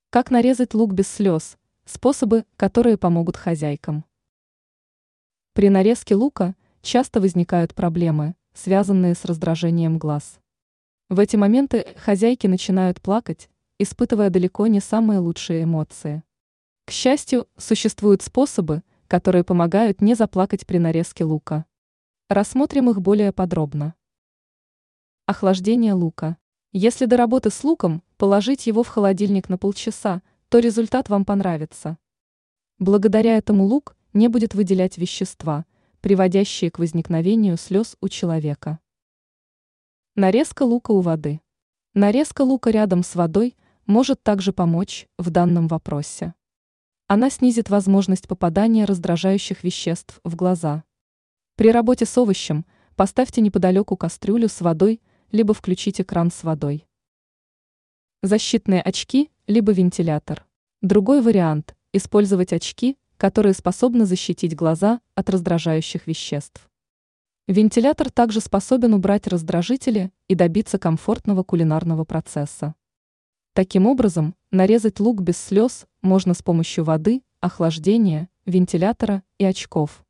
Как нарезать лук без слез? Способы, которые помогут хозяйкам. При нарезке лука часто возникают проблемы, связанные с раздражением глаз. В эти моменты хозяйки начинают плакать, испытывая далеко не самые лучшие эмоции. К счастью, существуют способы, которые помогают не заплакать при нарезке лука. Рассмотрим их более подробно. Охлаждение лука. Если до работы с луком положить его в холодильник на полчаса, то результат вам понравится. Благодаря этому лук не будет выделять вещества, приводящие к возникновению слез у человека. Нарезка лука у воды. Нарезка лука рядом с водой может также помочь в данном вопросе. Она снизит возможность попадания раздражающих веществ в глаза. При работе с овощем поставьте неподалеку кастрюлю с водой, либо включите кран с водой. Защитные очки, либо вентилятор. Другой вариант – использовать очки, которые способны защитить глаза от раздражающих веществ. Вентилятор также способен убрать раздражители и добиться комфортного кулинарного процесса. Таким образом, нарезать лук без слез можно с помощью воды, охлаждения, вентилятора и очков.